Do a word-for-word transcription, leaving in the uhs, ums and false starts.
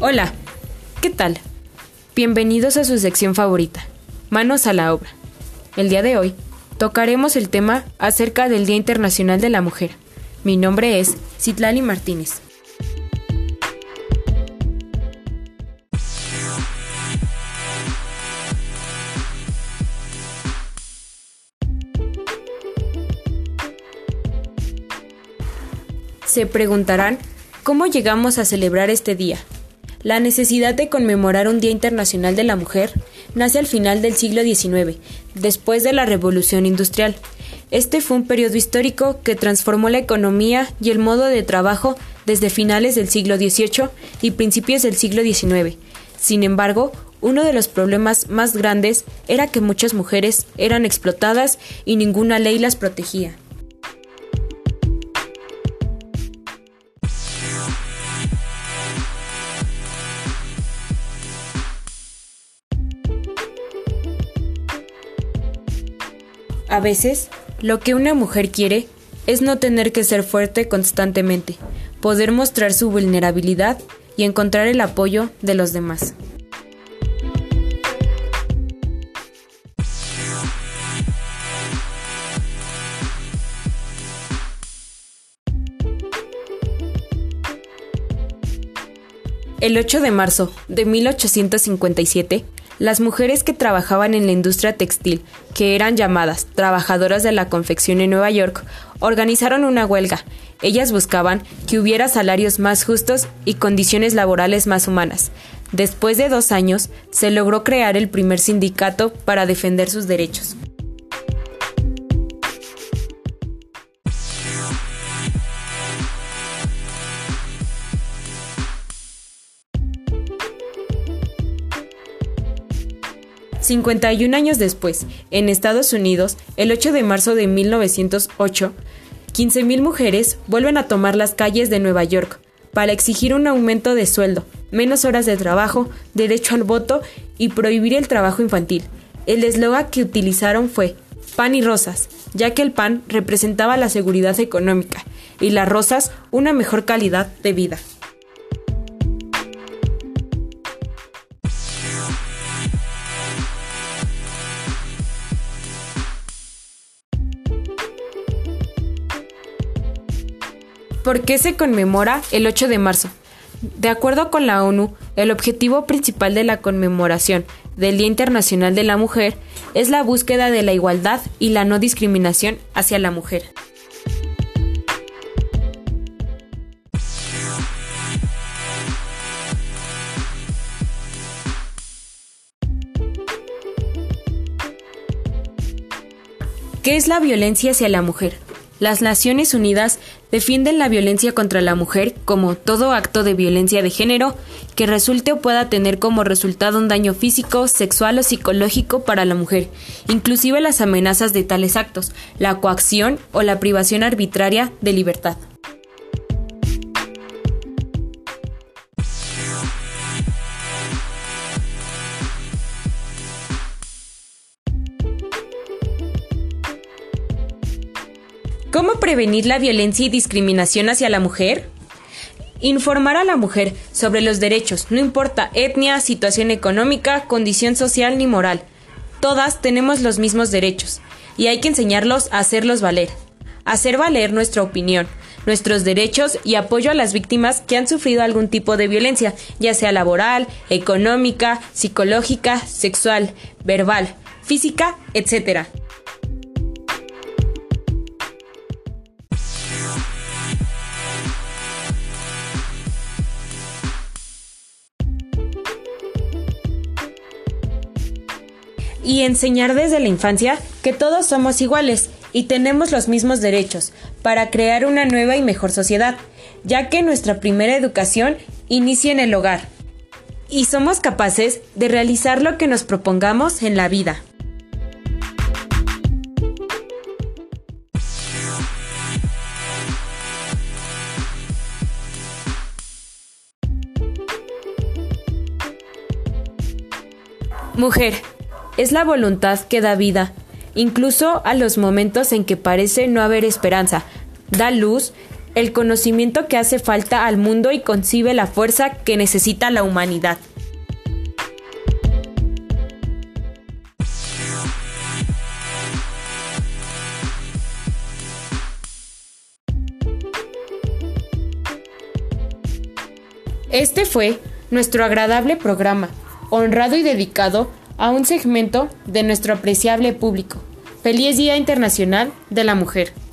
Hola, ¿qué tal? Bienvenidos a su sección favorita, Manos a la Obra. El día de hoy tocaremos el tema acerca del Día Internacional de la Mujer. Mi nombre es Citlali Martínez. Se preguntarán, ¿cómo llegamos a celebrar este día? La necesidad de conmemorar un Día Internacional de la Mujer nace al final del siglo diecinueve, después de la Revolución Industrial. Este fue un periodo histórico que transformó la economía y el modo de trabajo desde finales del siglo dieciocho y principios del siglo diecinueve. Sin embargo, uno de los problemas más grandes era que muchas mujeres eran explotadas y ninguna ley las protegía. A veces, lo que una mujer quiere es no tener que ser fuerte constantemente, poder mostrar su vulnerabilidad y encontrar el apoyo de los demás. El ocho de marzo de mil ochocientos cincuenta y siete, las mujeres que trabajaban en la industria textil, que eran llamadas trabajadoras de la confección en Nueva York, organizaron una huelga. Ellas buscaban que hubiera salarios más justos y condiciones laborales más humanas. Después de dos años, se logró crear el primer sindicato para defender sus derechos. cincuenta y un años después, en Estados Unidos, el ocho de marzo de mil novecientos ocho, quince mil mujeres vuelven a tomar las calles de Nueva York para exigir un aumento de sueldo, menos horas de trabajo, derecho al voto y prohibir el trabajo infantil. El eslogan que utilizaron fue "Pan y rosas", ya que el pan representaba la seguridad económica y las rosas una mejor calidad de vida. ¿Por qué se conmemora el ocho de marzo? De acuerdo con la ONU, el objetivo principal de la conmemoración del Día Internacional de la Mujer es la búsqueda de la igualdad y la no discriminación hacia la mujer. ¿Qué es la violencia hacia la mujer? Las Naciones Unidas defienden la violencia contra la mujer como todo acto de violencia de género que resulte o pueda tener como resultado un daño físico, sexual o psicológico para la mujer, inclusive las amenazas de tales actos, la coacción o la privación arbitraria de libertad. ¿Cómo prevenir la violencia y discriminación hacia la mujer? Informar a la mujer sobre los derechos, no importa etnia, situación económica, condición social ni moral. Todas tenemos los mismos derechos y hay que enseñarlos a hacerlos valer. Hacer valer nuestra opinión, nuestros derechos y apoyo a las víctimas que han sufrido algún tipo de violencia, ya sea laboral, económica, psicológica, sexual, verbal, física, etcétera. Y enseñar desde la infancia que todos somos iguales y tenemos los mismos derechos para crear una nueva y mejor sociedad, ya que nuestra primera educación inicia en el hogar y somos capaces de realizar lo que nos propongamos en la vida. Mujer. Es la voluntad que da vida, incluso a los momentos en que parece no haber esperanza. Da luz, el conocimiento que hace falta al mundo y concibe la fuerza que necesita la humanidad. Este fue nuestro agradable programa, honrado y dedicado a un segmento de nuestro apreciable público. Feliz Día Internacional de la Mujer.